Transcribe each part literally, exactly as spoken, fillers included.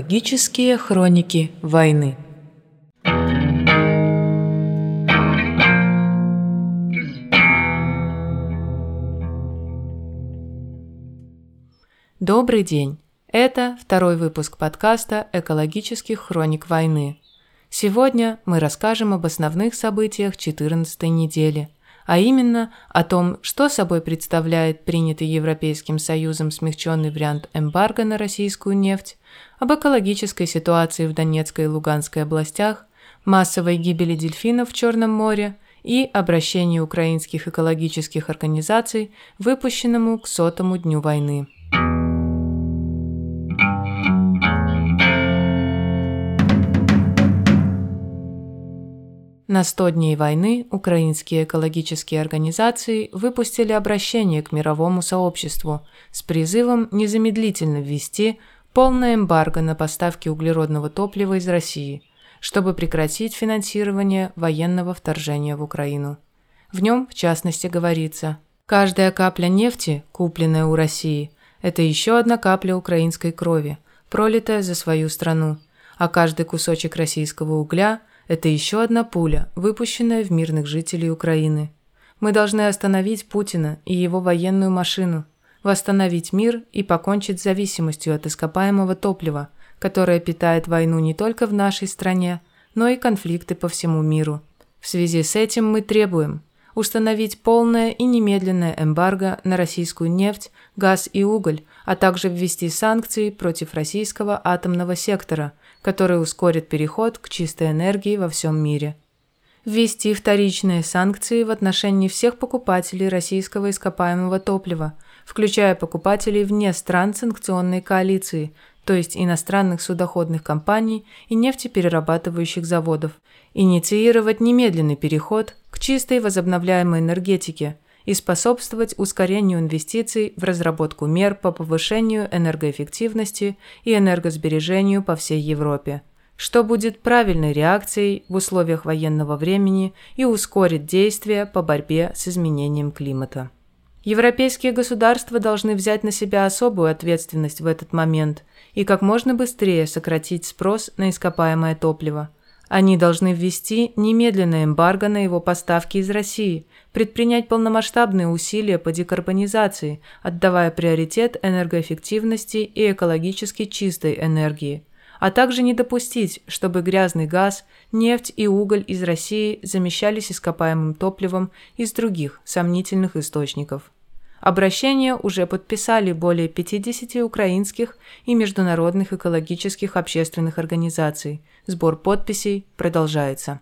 Экологические хроники войны. Добрый день! Это второй выпуск подкаста «Экологических хроник войны». Сегодня мы расскажем об основных событиях четырнадцатой недели, а именно о том, что собой представляет принятый Европейским Союзом смягченный вариант эмбарго на российскую нефть, об экологической ситуации в Донецкой и Луганской областях, массовой гибели дельфинов в Черном море и обращении украинских экологических организаций, выпущенному к сотому дню войны. На сто дней войны украинские экологические организации выпустили обращение к мировому сообществу с призывом незамедлительно ввести полное эмбарго на поставки углеродного топлива из России, чтобы прекратить финансирование военного вторжения в Украину. В нем, в частности, говорится: «Каждая капля нефти, купленная у России, это еще одна капля украинской крови, пролитая за свою страну, а каждый кусочек российского угля – это еще одна пуля, выпущенная в мирных жителей Украины. Мы должны остановить Путина и его военную машину, восстановить мир и покончить с зависимостью от ископаемого топлива, которое питает войну не только в нашей стране, но и конфликты по всему миру. В связи с этим мы требуем установить полное и немедленное эмбарго на российскую нефть, газ и уголь, а также ввести санкции против российского атомного сектора, который ускорит переход к чистой энергии во всем мире. Ввести вторичные санкции в отношении всех покупателей российского ископаемого топлива, включая покупателей вне стран санкционной коалиции, то есть иностранных судоходных компаний и нефтеперерабатывающих заводов, инициировать немедленный переход к чистой возобновляемой энергетике и способствовать ускорению инвестиций в разработку мер по повышению энергоэффективности и энергосбережению по всей Европе, что будет правильной реакцией в условиях военного времени и ускорит действия по борьбе с изменением климата. Европейские государства должны взять на себя особую ответственность в этот момент и как можно быстрее сократить спрос на ископаемое топливо. Они должны ввести немедленное эмбарго на его поставки из России, предпринять полномасштабные усилия по декарбонизации, отдавая приоритет энергоэффективности и экологически чистой энергии, а также не допустить, чтобы грязный газ, нефть и уголь из России замещались ископаемым топливом из других сомнительных источников. Обращение уже подписали более пятидесяти украинских и международных экологических общественных организаций. Сбор подписей продолжается.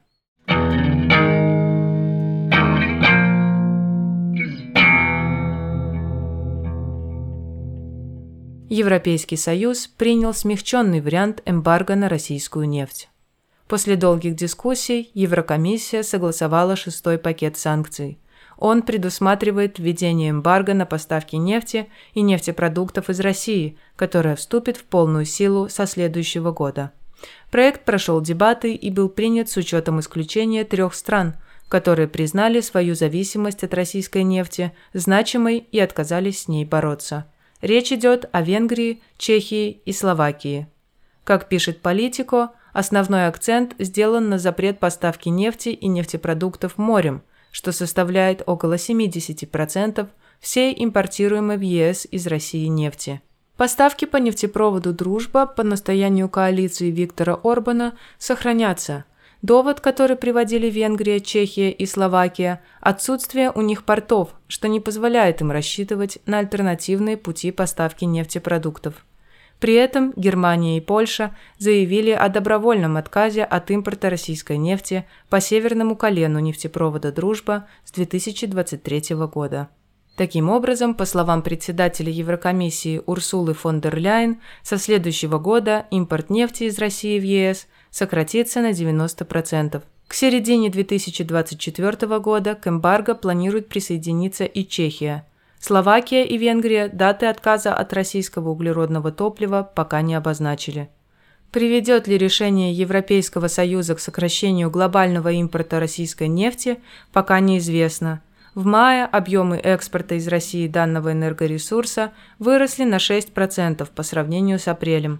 Европейский Союз принял смягченный вариант эмбарго на российскую нефть. После долгих дискуссий Еврокомиссия согласовала шестой пакет санкций. Он предусматривает введение эмбарго на поставки нефти и нефтепродуктов из России, которое вступит в полную силу со следующего года. Проект прошел дебаты и был принят с учетом исключения трех стран, которые признали свою зависимость от российской нефти значимой и отказались с ней бороться. Речь идет о Венгрии, Чехии и Словакии. Как пишет Политико, основной акцент сделан на запрет поставки нефти и нефтепродуктов морем, что составляет около семьдесят процентов всей импортируемой в ЕС из России нефти. Поставки по нефтепроводу «Дружба» по настоянию коалиции Виктора Орбана сохранятся. Довод, который приводили Венгрия, Чехия и Словакия – отсутствие у них портов, что не позволяет им рассчитывать на альтернативные пути поставки нефтепродуктов. При этом Германия и Польша заявили о добровольном отказе от импорта российской нефти по северному колену нефтепровода «Дружба» с две тысячи двадцать третьего года. Таким образом, по словам председателя Еврокомиссии Урсулы фон дер Ляйен, со следующего года импорт нефти из России в ЕС сократится на девяносто процентов. К середине две тысячи двадцать четвёртого года к эмбарго планирует присоединиться и Чехия. Словакия и Венгрия даты отказа от российского углеродного топлива пока не обозначили. Приведет ли решение Европейского Союза к сокращению глобального импорта российской нефти, пока неизвестно. В мае объемы экспорта из России данного энергоресурса выросли на шесть процентов по сравнению с апрелем.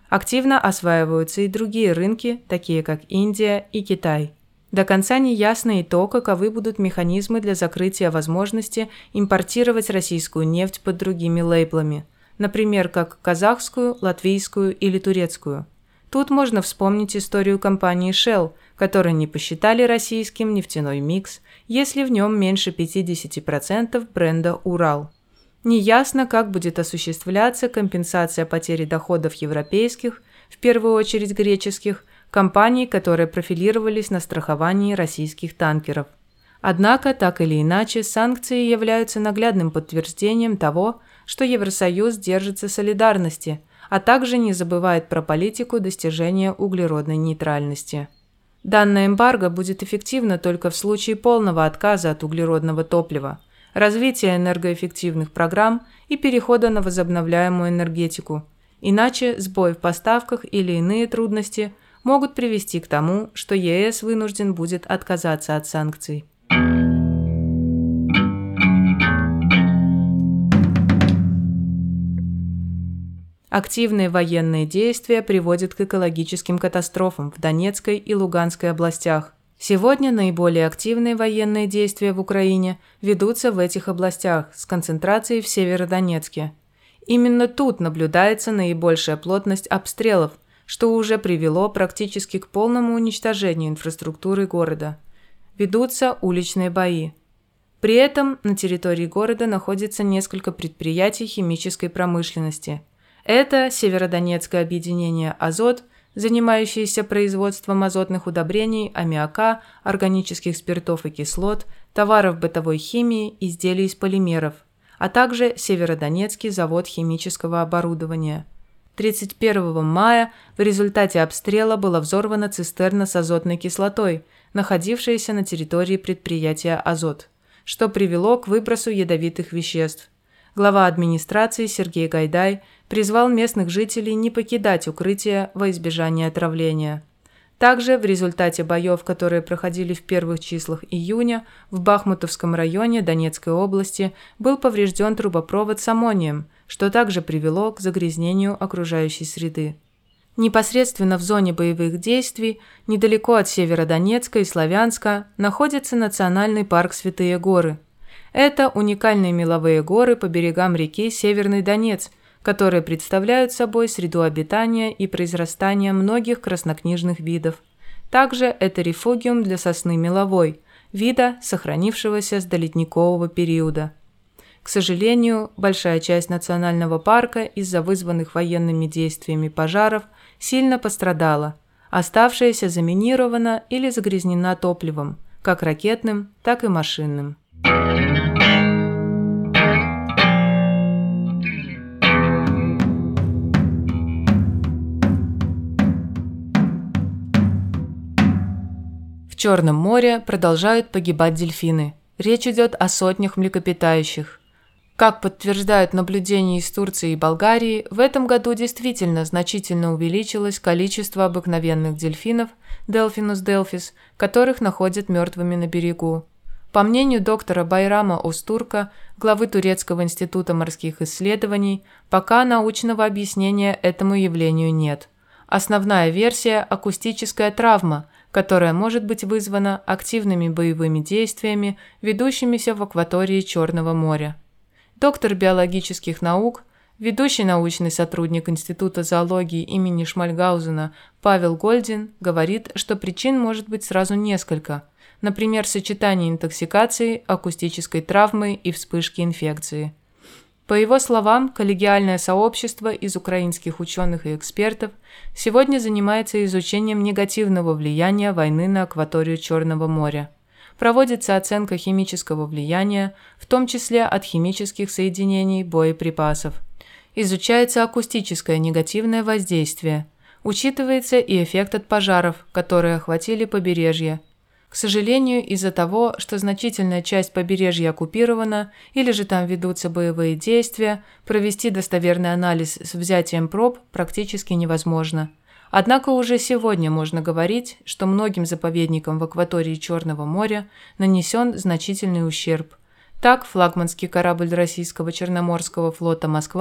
Активно осваиваются и другие рынки, такие как Индия и Китай. До конца не ясно и то, каковы будут механизмы для закрытия возможности импортировать российскую нефть под другими лейблами, например, как казахскую, латвийскую или турецкую. Тут можно вспомнить историю компании Shell, которые не посчитали российским нефтяной микс, если в нем меньше пятьдесят процентов бренда «Урал». Неясно, как будет осуществляться компенсация потери доходов европейских, в первую очередь греческих, компаний, которые профилировались на страховании российских танкеров. Однако, так или иначе, санкции являются наглядным подтверждением того, что Евросоюз держится солидарности, а также не забывает про политику достижения углеродной нейтральности. Данное эмбарго будет эффективно только в случае полного отказа от углеродного топлива, развития энергоэффективных программ и перехода на возобновляемую энергетику. Иначе сбой в поставках или иные трудности могут привести к тому, что ЕС вынужден будет отказаться от санкций. Активные военные действия приводят к экологическим катастрофам в Донецкой и Луганской областях. Сегодня наиболее активные военные действия в Украине ведутся в этих областях с концентрацией в Северодонецке. Именно тут наблюдается наибольшая плотность обстрелов, что уже привело практически к полному уничтожению инфраструктуры города. Ведутся уличные бои. При этом на территории города находится несколько предприятий химической промышленности. Это Северодонецкое объединение «Азот», занимающееся производством азотных удобрений, аммиака, органических спиртов и кислот, товаров бытовой химии, изделий из полимеров, а также Северодонецкий завод химического оборудования. тридцать первого мая в результате обстрела была взорвана цистерна с азотной кислотой, находившаяся на территории предприятия «Азот», что привело к выбросу ядовитых веществ. Глава администрации Сергей Гайдай призвал местных жителей не покидать укрытия во избежание отравления. Также в результате боев, которые проходили в первых числах июня, в Бахмутовском районе Донецкой области был поврежден трубопровод с аммонием, что также привело к загрязнению окружающей среды. Непосредственно в зоне боевых действий, недалеко от Северодонецка и Славянска, находится национальный парк Святые горы. Это уникальные меловые горы по берегам реки Северный Донец, которые представляют собой среду обитания и произрастания многих краснокнижных видов. Также это рефугиум для сосны меловой, вида, сохранившегося с доледникового периода. К сожалению, большая часть национального парка из-за вызванных военными действиями пожаров сильно пострадала, оставшаяся заминирована или загрязнена топливом, как ракетным, так и машинным. В Черном море продолжают погибать дельфины. Речь идет о сотнях млекопитающих. Как подтверждают наблюдения из Турции и Болгарии, в этом году действительно значительно увеличилось количество обыкновенных дельфинов Delphinus delphis, которых находят мертвыми на берегу. По мнению доктора Байрама Озтурка, главы Турецкого института морских исследований, пока научного объяснения этому явлению нет. Основная версия – акустическая травма, которая может быть вызвана активными боевыми действиями, ведущимися в акватории Черного моря. Доктор биологических наук, ведущий научный сотрудник Института зоологии имени Шмальгаузена Павел Гольдин говорит, что причин может быть сразу несколько, например, сочетание интоксикации, акустической травмы и вспышки инфекции. По его словам, коллегиальное сообщество из украинских ученых и экспертов сегодня занимается изучением негативного влияния войны на акваторию Черного моря. Проводится оценка химического влияния, в том числе от химических соединений боеприпасов. Изучается акустическое негативное воздействие. Учитывается и эффект от пожаров, которые охватили побережье. К сожалению, из-за того, что значительная часть побережья оккупирована или же там ведутся боевые действия, провести достоверный анализ с взятием проб практически невозможно. Однако уже сегодня можно говорить, что многим заповедникам в акватории Черного моря нанесен значительный ущерб. Так, флагманский корабль российского Черноморского флота «Москва»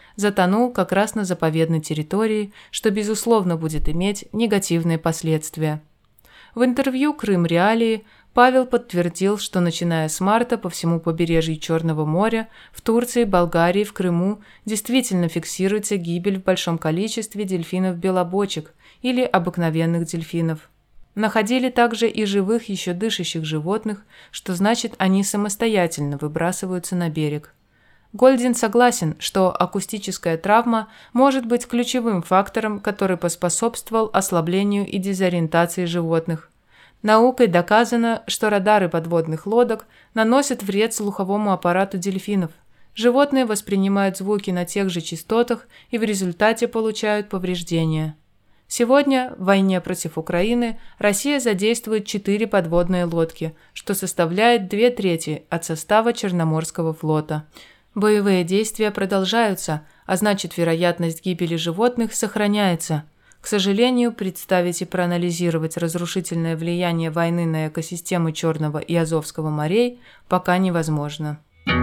затонул как раз на заповедной территории, что, безусловно, будет иметь негативные последствия. В интервью «Крым Реалии» Павел подтвердил, что начиная с марта по всему побережью Черного моря, в Турции, Болгарии, в Крыму действительно фиксируется гибель в большом количестве дельфинов-белобочек или обыкновенных дельфинов. Находили также и живых еще дышащих животных, что значит, они самостоятельно выбрасываются на берег. Гольдин согласен, что акустическая травма может быть ключевым фактором, который поспособствовал ослаблению и дезориентации животных. Наукой доказано, что радары подводных лодок наносят вред слуховому аппарату дельфинов. Животные воспринимают звуки на тех же частотах и в результате получают повреждения. Сегодня в войне против Украины Россия задействует четыре подводные лодки, что составляет две трети от состава Черноморского флота. Боевые действия продолжаются, а значит, вероятность гибели животных сохраняется. К сожалению, представить и проанализировать разрушительное влияние войны на экосистемы Черного и Азовского морей пока невозможно.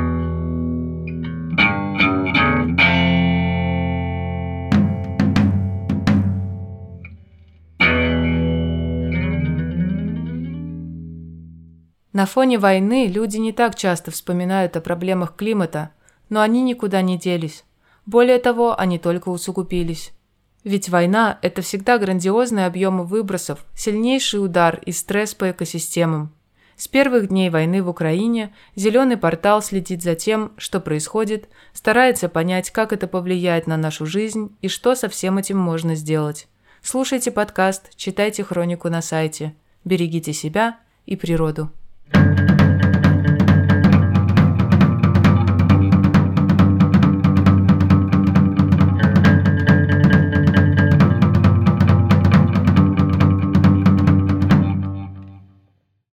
На фоне войны люди не так часто вспоминают о проблемах климата, но они никуда не делись. Более того, они только усугубились. Ведь война – это всегда грандиозные объемы выбросов, сильнейший удар и стресс по экосистемам. С первых дней войны в Украине «Зеленый портал» следит за тем, что происходит, старается понять, как это повлияет на нашу жизнь и что со всем этим можно сделать. Слушайте подкаст, читайте хронику на сайте. Берегите себя и природу. Thank you.